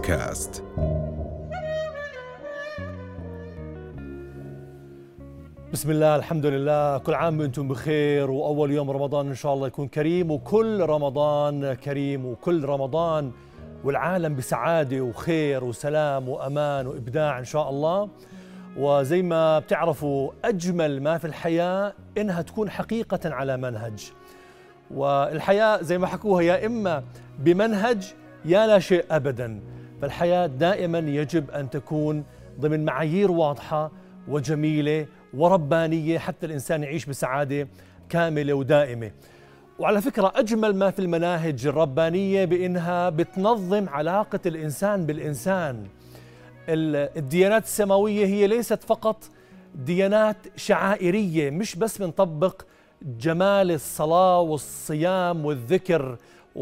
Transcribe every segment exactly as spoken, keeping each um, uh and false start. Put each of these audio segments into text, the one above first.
بودكاست. بسم الله، الحمد لله، كل عام وانتم بخير، وأول يوم رمضان إن شاء الله يكون كريم، وكل رمضان كريم، وكل رمضان والعالم بسعادة وخير وسلام وأمان وإبداع إن شاء الله. وزي ما بتعرفوا أجمل ما في الحياة إنها تكون حقيقة على منهج، والحياة زي ما حكوها يا إما بمنهج يا لا شيء أبدا. فالحياة دائما يجب أن تكون ضمن معايير واضحة وجميلة وربانية حتى الإنسان يعيش بسعادة كاملة ودائمة. وعلى فكرة أجمل ما في المناهج الربانية بأنها بتنظم علاقة الإنسان بالإنسان. الديانات السماوية هي ليست فقط ديانات شعائرية، مش بس بنطبق جمال الصلاة والصيام والذكر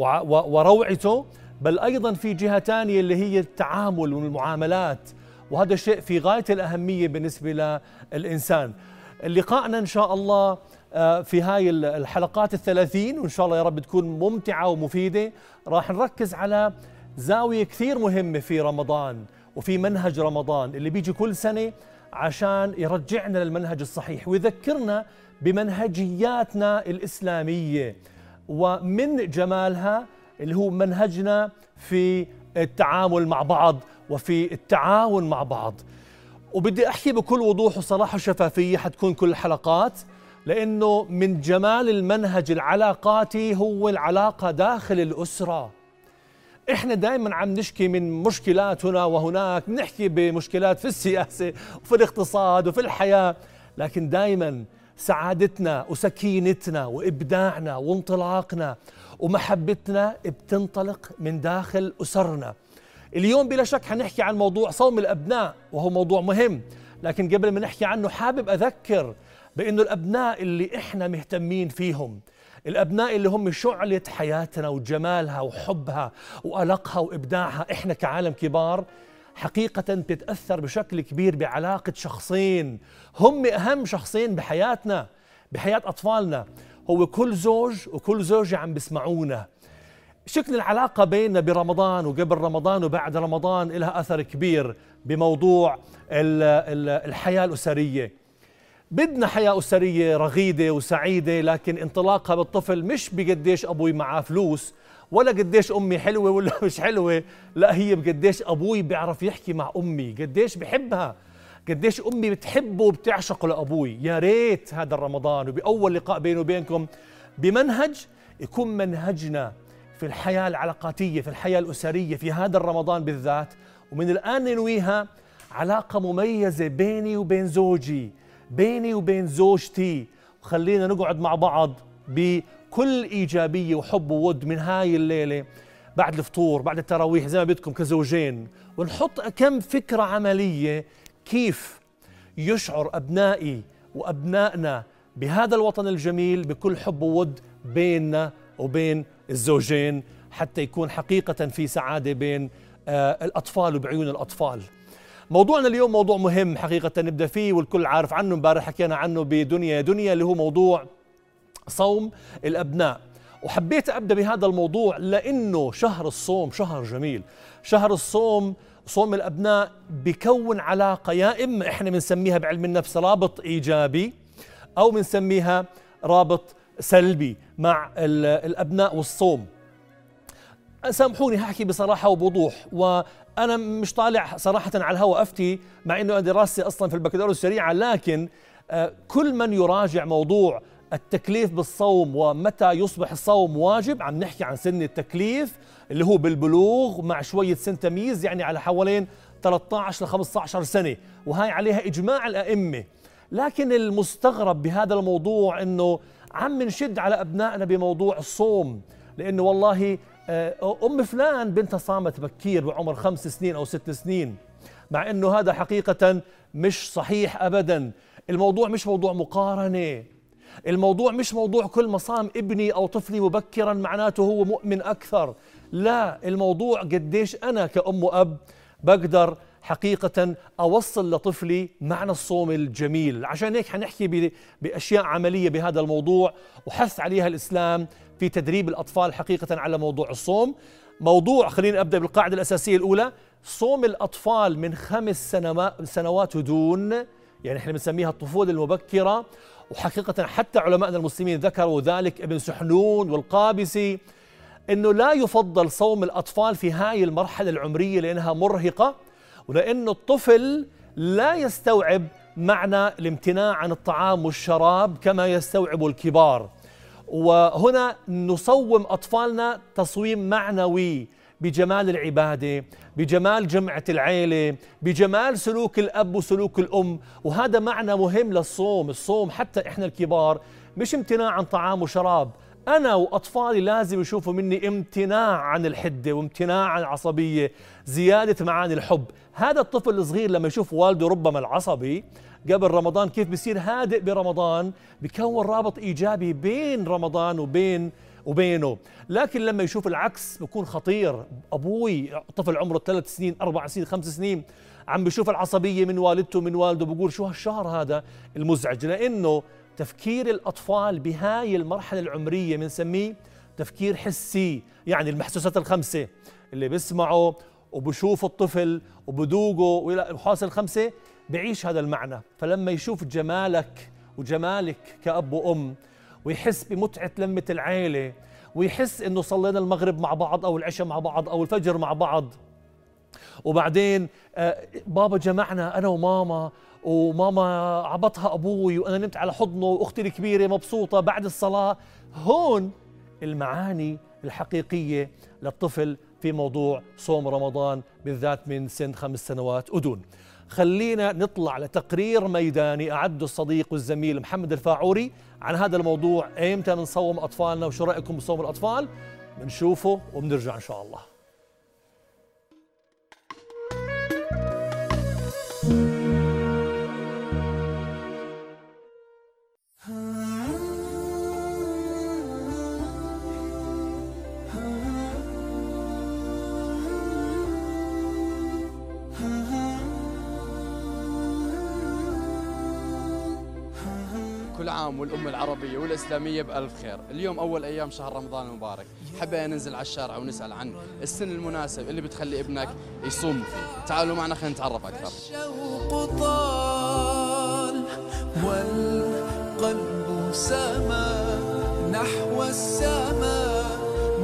وروعته، بل أيضا في جهة ثانية اللي هي التعامل والمعاملات، وهذا شيء في غاية الأهمية بالنسبة للإنسان. لقاءنا إن شاء الله في هاي الحلقات الثلاثين، وإن شاء الله يا رب تكون ممتعة ومفيدة، راح نركز على زاوية كثير مهمة في رمضان وفي منهج رمضان اللي بيجي كل سنة عشان يرجعنا للمنهج الصحيح ويذكرنا بمنهجياتنا الإسلامية ومن جمالها اللي هو منهجنا في التعامل مع بعض وفي التعاون مع بعض. وبدي أحكي بكل وضوح وصراحة وشفافية، حتكون كل الحلقات، لأنه من جمال المنهج العلاقاتي هو العلاقة داخل الأسرة. إحنا دائما عم نشكي من مشكلات هنا وهناك، بنحكي بمشكلات في السياسة وفي الاقتصاد وفي الحياة، لكن دائما سعادتنا وسكينتنا وإبداعنا وانطلاقنا ومحبتنا بتنطلق من داخل أسرنا. اليوم بلا شك حنحكي عن موضوع صوم الأبناء، وهو موضوع مهم، لكن قبل ما نحكي عنه حابب أذكر بأنه الأبناء اللي إحنا مهتمين فيهم، الأبناء اللي هم شعلة حياتنا وجمالها وحبها وألقها وإبداعها، إحنا كعالم كبار حقيقة بتتأثر بشكل كبير بعلاقة شخصين هم أهم شخصين بحياتنا، بحياة أطفالنا، هو كل زوج وكل زوجة عم بيسمعونا. شكل العلاقة بيننا برمضان وقبل رمضان وبعد رمضان لها أثر كبير بموضوع الحياة الأسرية. بدنا حياة أسرية رغيدة وسعيدة، لكن انطلاقها بالطفل مش بقديش أبوي معاه فلوس ولا قديش أمي حلوة ولا مش حلوة، لا، هي بقديش أبوي بيعرف يحكي مع أمي، قديش بحبها، قديش أمي بتحبه وبتعشقه لأبوي. يا ريت هذا الرمضان وبأول لقاء بيني وبينكم بمنهج يكون منهجنا في الحياة العلاقاتية، في الحياة الأسرية في هذا الرمضان بالذات، ومن الآن ننويها علاقة مميزة بيني وبين زوجي، بيني وبين زوجتي، وخلينا نقعد مع بعض بكل إيجابية وحب وود من هاي الليلة بعد الفطور بعد التراويح زي ما بدكم كزوجين، ونحط كم فكرة عملية كيف يشعر أبنائي وأبنائنا بهذا الوطن الجميل بكل حب وود بيننا وبين الزوجين، حتى يكون حقيقة في سعادة بين آه الأطفال وبعيون الأطفال. موضوعنا اليوم موضوع مهم حقيقة نبدأ فيه، والكل عارف عنه، امبارح حكينا عنه بدنيا دنيا، اللي هو موضوع صوم الأبناء. وحبيت أبدأ بهذا الموضوع لأنه شهر الصوم شهر جميل. شهر الصوم، صوم الأبناء، بيكون علاقة يا إما إحنا بنسميها بعلم النفس رابط إيجابي، أو بنسميها رابط سلبي مع الأبناء والصوم. سامحوني هحكي بصراحة وبوضوح، وأنا مش طالع صراحة على الهواء أفتي، مع أنه دراستي أصلا في البكالوريوس الشريعة، لكن كل من يراجع موضوع التكليف بالصوم ومتى يصبح الصوم واجب، عم نحكي عن سن التكليف اللي هو بالبلوغ مع شوية سن تمييز، يعني على حوالين ثلاثة عشر ل خمسة عشر سنة، وهاي عليها إجماع الأئمة. لكن المستغرب بهذا الموضوع أنه عم نشد على أبنائنا بموضوع الصوم، لأنه والله أم فلان بنتها صامت بكير بعمر خمس سنين أو ست سنين، مع أنه هذا حقيقة مش صحيح أبدا. الموضوع مش موضوع مقارنة، الموضوع مش موضوع كل ما صام ابني أو طفلي مبكرا معناته هو مؤمن أكثر، لا، الموضوع قديش أنا كأم وأب بقدر حقيقة أوصل لطفلي معنى الصوم الجميل. عشان هيك حنحكي بأشياء عملية بهذا الموضوع، وحث عليها الإسلام في تدريب الأطفال حقيقة على موضوع الصوم. موضوع، خليني أبدأ بالقاعدة الأساسية الأولى: صوم الأطفال من خمس سنوات ودون، يعني احنا بنسميها الطفولة المبكرة، وحقيقة حتى علماءنا المسلمين ذكروا ذلك، ابن سحنون والقابسي، انه لا يفضل صوم الأطفال في هاي المرحلة العمرية لأنها مرهقة، ولأنه الطفل لا يستوعب معنى الامتناع عن الطعام والشراب كما يستوعب الكبار. وهنا نصوم أطفالنا تصويم معنوي بجمال العبادة، بجمال جمعة العيلة، بجمال سلوك الأب وسلوك الأم، وهذا معنى مهم للصوم. الصوم حتى إحنا الكبار مش امتناع عن طعام وشراب، أنا وأطفالي لازم يشوفوا مني امتناع عن الحدة وامتناع عن العصبية، زيادة معاني الحب. هذا الطفل الصغير لما يشوف والده ربما العصبي قبل رمضان كيف بيصير هادئ برمضان، بيكون رابط إيجابي بين رمضان وبين وبينه. لكن لما يشوف العكس بيكون خطير. أبوي طفل عمره ثلاث سنين أربع سنين خمس سنين عم بيشوف العصبية من والدته من والده، بيقول شو هالشهر هذا المزعج. لأنه تفكير الأطفال بهاي المرحلة العمرية بنسميه تفكير حسي، يعني المحسوسات الخمسة اللي بيسمعوا وبشوف الطفل وبذوقه والى الحواس الخمسة بعيش هذا المعنى. فلما يشوف جمالك وجمالك كأب وأم، ويحس بمتعة لمة العيلة، ويحس إنه صلينا المغرب مع بعض أو العشاء مع بعض أو الفجر مع بعض، وبعدين بابا جمعنا أنا وماما، وماما عبطها أبوي وأنا نمت على حضنه، وأختي الكبيرة مبسوطة بعد الصلاة، هون المعاني الحقيقية للطفل في موضوع صوم رمضان بالذات من سن خمس سنوات ودون. خلينا نطلع لتقرير ميداني أعده الصديق والزميل محمد الفاعوري عن هذا الموضوع، ايمتى بنصوم أطفالنا وشو رأيكم بصوم الأطفال؟ بنشوفه وبنرجع إن شاء الله. كل عام والأمة العربية والإسلامية بألف خير. اليوم أول أيام شهر رمضان المبارك، حبينا ننزل على الشارع ونسأل عن السن المناسب اللي بتخلي ابنك يصوم فيه. تعالوا معنا خلينا نتعرف أكثر. الشوق طال والقلب سما نحو السماء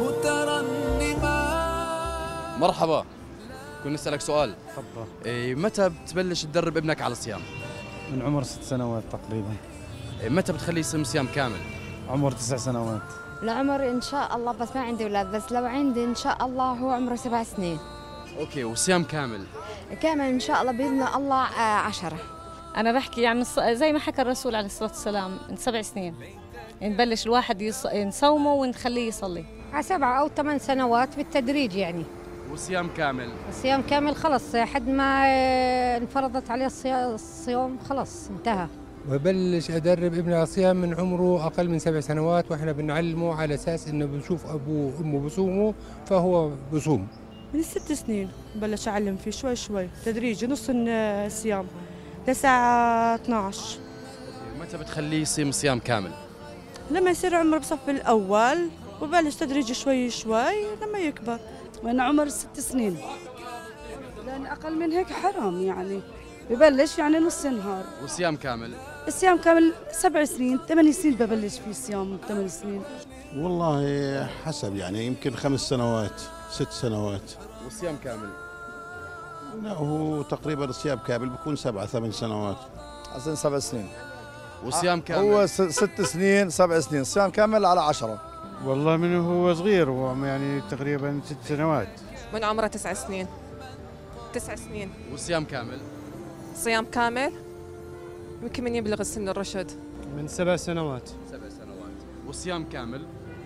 مترنما. مرحبا، كنا نسألك سؤال. تفضل. إيه، متى بتبلش تدرب ابنك على الصيام؟ من عمر ست سنوات تقريبا. متى بتخليه يصوم صيام كامل؟ عمر تسع سنوات. العمر ان شاء الله، بس ما عندي اولاد، بس لو عندي ان شاء الله هو عمره سبع سنين. اوكي، وصيام كامل؟ كامل ان شاء الله باذن الله عشرة. انا بحكي عن يعني زي ما حكى الرسول عليه الصلاه والسلام من سبع سنين نبلش الواحد يص... نصومه ونخليه يصلي. على سبع او ثمان سنوات بالتدريج يعني. وصيام كامل؟ الصيام كامل خلص حد ما انفرضت عليه الصيام خلص انتهى. وبلش أدرب ابني على الصيام من عمره أقل من سبع سنوات، وإحنا بنعلمه على أساس إنه بنشوف أبوه وأمه بصوموا فهو بصوم. من ست سنين بلش أعلم فيه شوي شوي تدريجي، نص الصيام لساعة اثنعش. متى بتخليه يصيم صيام كامل؟ لما يصير عمره بصف الأول وبلش تدريجي شوي شوي لما يكبر. وأنا عمر ست سنين، لأن أقل من هيك حرام يعني. ببلش يعني نص نهار. وصيام كامل؟ الصيام كامل سبع سنين ثمان سنين ببلش فيه صيام ثمان سنين. والله حسب يعني، يمكن خمس سنوات ست سنوات. وصيام كامل؟ لا هو تقريبا الصيام كامل بيكون سبعة ثمان سنوات. أظن سبع سنين. وصيام كامل؟ هو ست سنين سبع سنين، صيام كامل على عشرة. والله من هو صغير، هو يعني تقريبا ست سنوات. من عمره تسع سنين. تسع سنين. وصيام كامل؟ صيام كامل يمكن من يبلغ سن الرشد. من سبع سنوات. سبع سنوات. وصيام كامل؟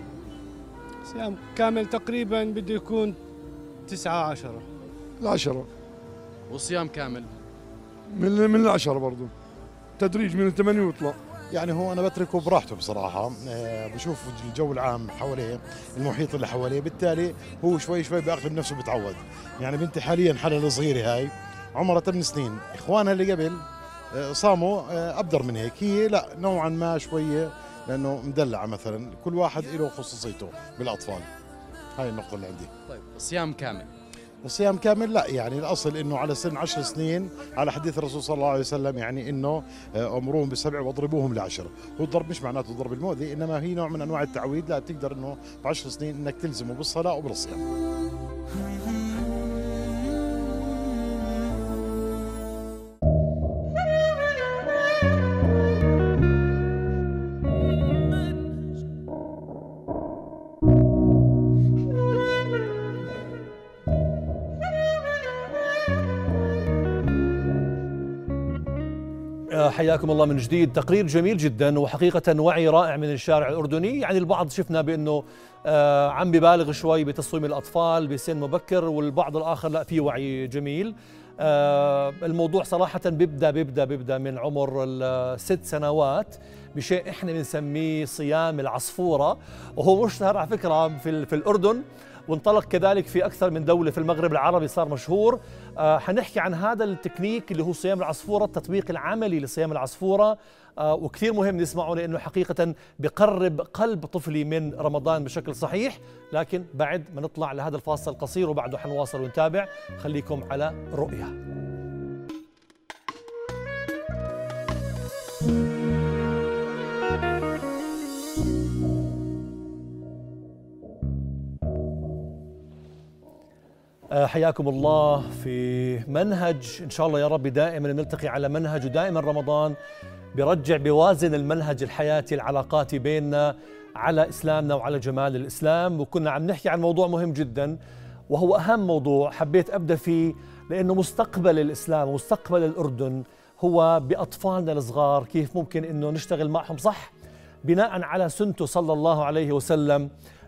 صيام كامل تقريبا بده يكون تسعة عشرة. العشرة. وصيام كامل؟ من من العشرة برضو، تدريج من الثمانية ويطلع. يعني هو أنا بتركه براحته بصراحة، أه بشوف الجو العام حواليه، المحيط اللي حواليه، بالتالي هو شوي شوي بأقلم نفسه بتعود. يعني بنتي حاليا حالها الصغيرة هاي عمرها ثمان سنين، إخوانها اللي قبل صاموا أبدر من هيك، هي لا نوعا ما شوية لأنه مدلعة مثلا، كل واحد له خصوصيته بالأطفال. هاي النقطة اللي عندي. طيب صيام كامل. الصيام كامل لا، يعني الاصل انه على سن عشر سنين على حديث الرسول صلى الله عليه وسلم، يعني انه امروهم بسبع واضربوهم لعشر. هو الضرب مش معناته الضرب المؤذي، انما هي نوع من انواع التعويد. لا تقدر انه بعشر سنين انك تلزمه بالصلاه وبالصيام. حياكم الله من جديد. تقرير جميل جدا وحقيقة وعي رائع من الشارع الأردني. يعني البعض شفنا بأنه آه عم ببالغ شوي بتصويم الأطفال بسن مبكر، والبعض الآخر لا، في وعي جميل. آه الموضوع صراحة بيبدأ بيبدأ بيبدأ من عمر الست سنوات بشيء احنا بنسميه صيام العصفورة، وهو مشتهر على فكرة في, في الأردن، وانطلق كذلك في أكثر من دولة في المغرب العربي، صار مشهور. آه حنحكي عن هذا التكنيك اللي هو صيام العصفورة، التطبيق العملي لصيام العصفورة، آه وكثير مهم نسمعه لأنه حقيقة بقرب قلب طفلي من رمضان بشكل صحيح. لكن بعد ما نطلع لهذا الفاصل القصير وبعده حنواصل ونتابع. خليكم على رؤيا. حياكم الله في منهج إن شاء الله يا رب دائما نلتقي على منهج، ودائما رمضان بيرجع بوازن المنهج الحياتي العلاقاتي بيننا على إسلامنا وعلى جمال الإسلام. وكنا عم نحكي عن موضوع مهم جدا، وهو أهم موضوع حبيت أبدأ فيه، لأنه مستقبل الإسلام ومستقبل الأردن هو بأطفالنا الصغار. كيف ممكن أنه نشتغل معهم صح بناء على سنته صلى الله عليه وسلم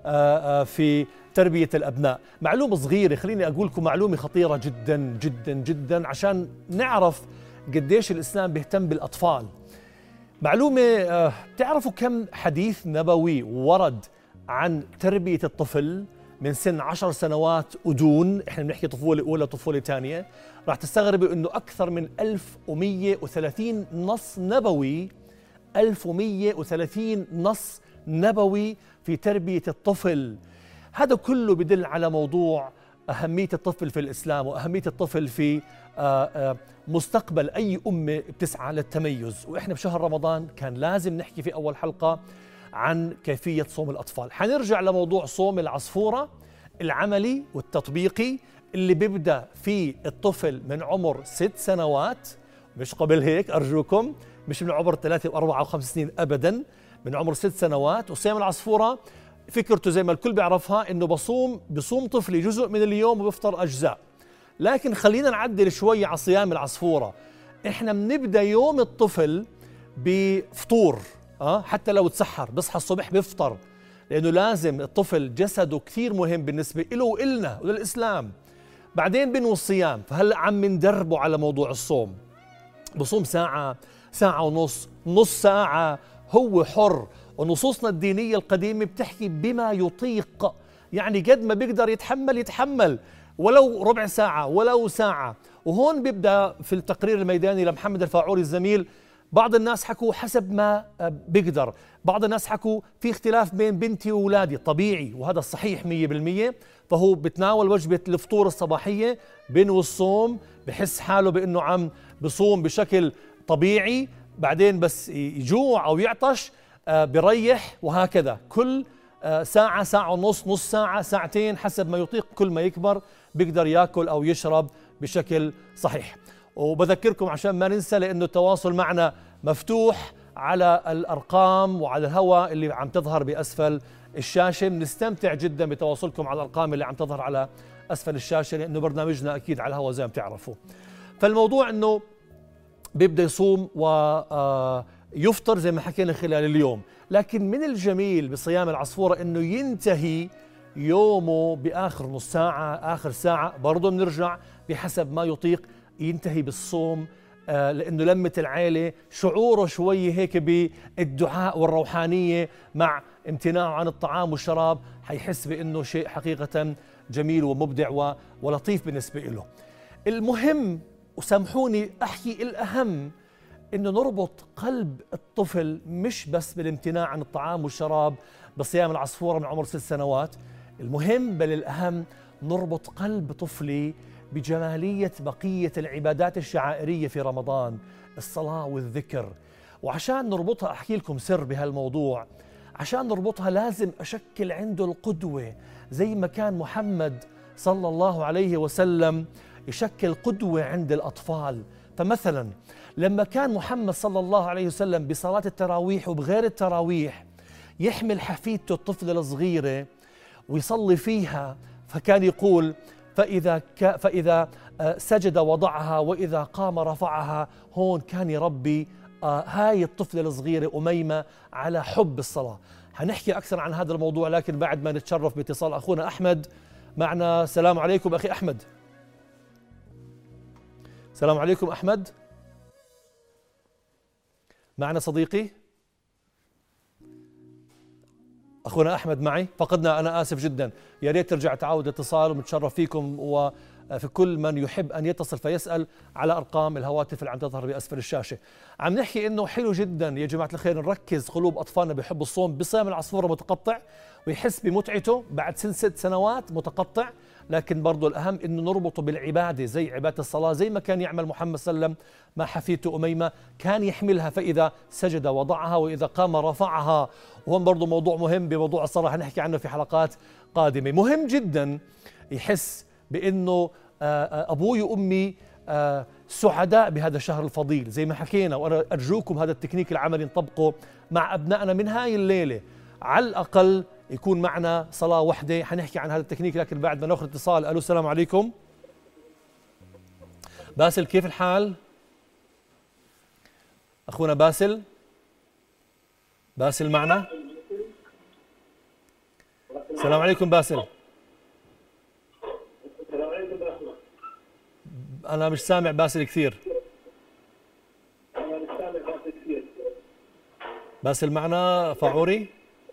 في تربية الأبناء. معلومة صغيرة، خليني أقول لكم معلومة خطيرة جدا جدا جدا عشان نعرف قديش الإسلام بيهتم بالأطفال. معلومة، بتعرفوا كم حديث نبوي ورد عن تربية الطفل من سن عشر سنوات ودون؟ احنا بنحكي طفولة أولى طفولة ثانية. راح تستغربوا إنه أكثر من ألف ومئة وثلاثين نص نبوي، ألف ومئة وثلاثين نص نبوي في تربية الطفل. هذا كله بدل على موضوع أهمية الطفل في الإسلام وأهمية الطفل في مستقبل أي أمة بتسعى للتميز. وإحنا بشهر رمضان كان لازم نحكي في أول حلقة عن كيفية صوم الأطفال. حنرجع لموضوع صوم العصفورة العملي والتطبيقي اللي بيبدأ في الطفل من عمر ست سنوات، مش قبل هيك أرجوكم، مش من عمر ثلاثة وأربعة وخمس سنين أبداً، من عمر ست سنوات. وصيام العصفورة فكرته زي ما الكل بيعرفها، انه بصوم بصوم طفلي جزء من اليوم وبفطر اجزاء. لكن خلينا نعدل شوي على صيام العصفورة. احنا بنبدا يوم الطفل بفطور، اه حتى لو تسحر بصحى الصبح بفطر، لانه لازم الطفل جسده كثير مهم بالنسبه له والنا وللاسلام. بعدين بنوي الصيام، فهلا عم ندربه على موضوع الصوم. بصوم ساعه، ساعه ونص، نص ساعه، هو حر. ونصوصنا الدينية القديمة بتحكي بما يطيق، يعني قد ما بيقدر يتحمل يتحمل، ولو ربع ساعة ولو ساعة. وهون بيبدأ في التقرير الميداني لمحمد الفاعوري الزميل، بعض الناس حكوا حسب ما بيقدر، بعض الناس حكوا في اختلاف بين بنتي وولادي، طبيعي وهذا الصحيح مية بالمية. فهو بتناول وجبة الفطور الصباحية، بينوي الصوم، بحس حاله بأنه عم بصوم بشكل طبيعي، بعدين بس يجوع أو يعطش آه بريح، وهكذا كل آه ساعة، ساعة ونص، نص ساعة، ساعتين، حسب ما يطيق. كل ما يكبر بيقدر ياكل أو يشرب بشكل صحيح. وبذكركم عشان ما ننسى، لأنه التواصل معنا مفتوح على الأرقام وعلى الهواء اللي عم تظهر بأسفل الشاشة. بنستمتع جدا بتواصلكم على الأرقام اللي عم تظهر على أسفل الشاشة، لأنه برنامجنا أكيد على الهواء زي ما بتعرفوا. فالموضوع أنه بيبدأ يصوم ويفطر زي ما حكينا خلال اليوم، لكن من الجميل بصيام العصفورة أنه ينتهي يومه بآخر نص ساعة، آخر ساعة، برضه بنرجع بحسب ما يطيق ينتهي بالصوم، آه لأنه لمة العيلة، شعوره شوي هيك بالدعاء والروحانية مع امتناعه عن الطعام والشراب، حيحس بأنه شيء حقيقة جميل ومبدع ولطيف بالنسبة له. المهم، وسامحوني أحكي الأهم، إنه نربط قلب الطفل مش بس بالامتناع عن الطعام والشراب بصيام العصفورة من عمر ست سنوات، المهم بل الأهم نربط قلب طفلي بجمالية بقية العبادات الشعائرية في رمضان، الصلاة والذكر. وعشان نربطها أحكي لكم سر بهالموضوع، عشان نربطها لازم أشكل عنده القدوة زي ما كان محمد صلى الله عليه وسلم يشكل قدوة عند الأطفال. فمثلا لما كان محمد صلى الله عليه وسلم بصلاة التراويح وبغير التراويح يحمل حفيدته الطفلة الصغيرة ويصلي فيها، فكان يقول فإذا ك فإذا سجد وضعها وإذا قام رفعها. هون كان يربي هاي الطفلة الصغيرة أميمة على حب الصلاة. هنحكي أكثر عن هذا الموضوع لكن بعد ما نتشرف باتصال أخونا أحمد معنا. السلام عليكم أخي أحمد. السلام عليكم أحمد، معنا صديقي أخونا أحمد معي، فقدنا. أنا آسف جدا، يا ريت ترجع تعاود اتصال ومتشرف فيكم وفي كل من يحب أن يتصل فيسأل على أرقام الهواتف اللي عم تظهر بأسفل الشاشة. عم نحكي إنه حلو جدا يا جماعة الخير نركز قلوب أطفالنا بحب الصوم بصيام العصفورة متقطع ويحس بمتعته بعد سن ست سنوات متقطع، لكن برضو الأهم إنه نربطه بالعبادة زي عبادة الصلاة، زي ما كان يعمل محمد صلى الله عليه وسلم مع حفيدته أميمة، كان يحملها فإذا سجد وضعها وإذا قام رفعها. وهون برضو موضوع مهم بموضوع الصلاة هنحكي عنه في حلقات قادمة. مهم جدا يحس بأنه أبوي وأمي سعداء بهذا الشهر الفضيل زي ما حكينا، وأنا أرجوكم هذا التكنيك العملي نطبقه مع أبنائنا من هاي الليلة، على الأقل يكون معنا صلاة واحدة. حنحكي عن هذا التكنيك لكن بعد ما ناخذ اتصال. ألو السلام عليكم. باسل كيف الحال؟ أخونا باسل، باسل معنا؟ السلام عليكم باسل. أنا مش سامع باسل كثير. باسل معنا فاعوري؟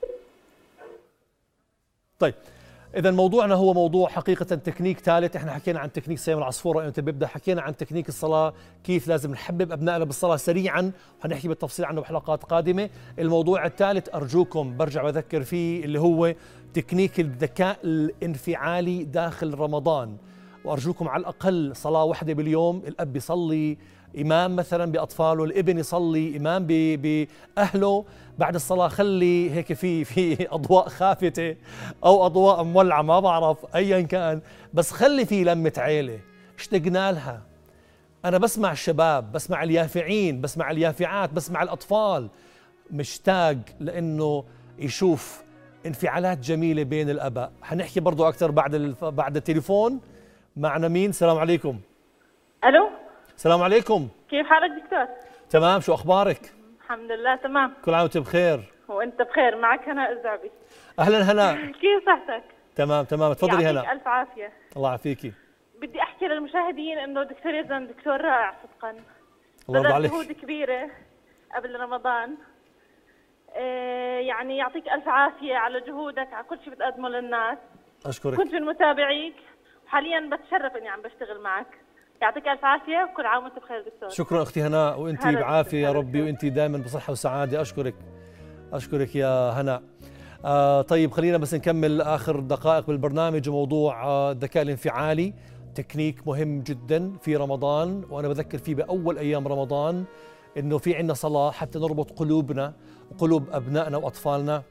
طيب إذا موضوعنا هو موضوع حقيقة تكنيك ثالث. احنا حكينا عن تكنيك صيام العصفورة امتى بيبدأ، حكينا عن تكنيك الصلاة كيف لازم نحبب أبنائنا بالصلاة سريعا، وحنحكي بالتفصيل عنه بحلقات قادمة. الموضوع الثالث أرجوكم برجع بذكر فيه اللي هو تكنيك الذكاء الانفعالي داخل رمضان، وأرجوكم على الأقل صلاة واحدة باليوم. الأب يصلي إمام مثلا بأطفاله، الابن يصلي إمام بأهله، بعد الصلاة خلي هيك في في أضواء خافتة أو أضواء مولعة ما بعرف أيا كان، بس خلي في لمة عيلة اشتقنا لها. أنا بسمع الشباب، بسمع اليافعين، بسمع اليافعات، بسمع الأطفال، مشتاق لأنه يشوف انفعالات جميلة بين الآباء. حنحكي برضو أكثر بعد بعد التليفون. معنا مين؟ السلام عليكم. ألو السلام عليكم. كيف حالك دكتور؟ تمام، شو أخبارك؟ الحمد لله تمام. كل عام وأنت بخير. وأنت بخير. معك هناء الزعبي. أهلا هناء. كيف صحتك؟ تمام تمام، تفضلي هناء. يعطيك ألف عافية. الله يعافيكي. بدي أحكي للمشاهدين إنه دكتور يزن دكتور رائع صدقا. الله يرضى عليك. جهود كبيرة قبل رمضان. إيه يعني يعطيك ألف عافية على جهودك، على كل شيء بتقدمه للناس. أشكرك. كنت من متابعيك وحاليا بتشرف إني عم بشتغل معك. يعطيك ألف عافية وكل عام وأنت بخير دكتور. شكرا أختي هناء، وأنت بعافية يا ربي، وأنت دائما بصحة وسعادة. أشكرك أشكرك يا هناء. آه طيب خلينا بس نكمل آخر دقائق بالبرنامج. موضوع آه الذكاء الانفعالي تكنيك مهم جدا في رمضان، وأنا بذكر فيه بأول أيام رمضان إنه في عنا صلاة حتى نربط قلوبنا وقلوب أبنائنا وأطفالنا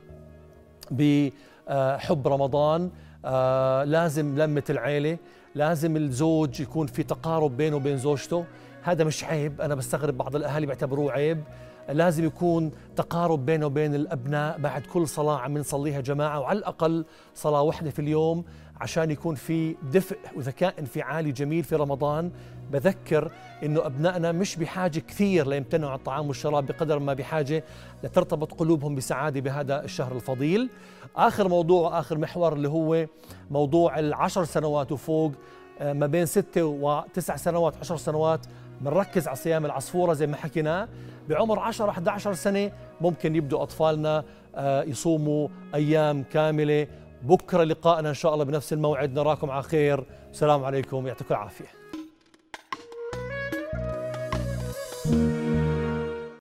بحب رمضان. آه لازم لمة العيلة، لازم الزوج يكون في تقارب بينه وبين زوجته، هذا مش عيب، أنا بستغرب بعض الأهالي بيعتبروه عيب. لازم يكون تقارب بينه وبين الأبناء بعد كل صلاة عم نصليها جماعة، وعلى الأقل صلاة واحدة في اليوم عشان يكون في دفء وذكاء انفعالي جميل في رمضان. بذكر إنه أبنائنا مش بحاجة كثير ليمتنعوا عن الطعام والشراب بقدر ما بحاجة لترتبط قلوبهم بسعادة بهذا الشهر الفضيل. آخر موضوع وآخر محور اللي هو موضوع العشر سنوات وفوق، ما بين ستة وتسع سنوات عشر سنوات بنركز على صيام العصفورة زي ما حكينا. بعمر عشرة أحد عشر سنة ممكن يبدو أطفالنا يصوموا أيام كاملة. بكرة لقائنا إن شاء الله بنفس الموعد، نراكم على خير. السلام عليكم، يعطيكم العافية.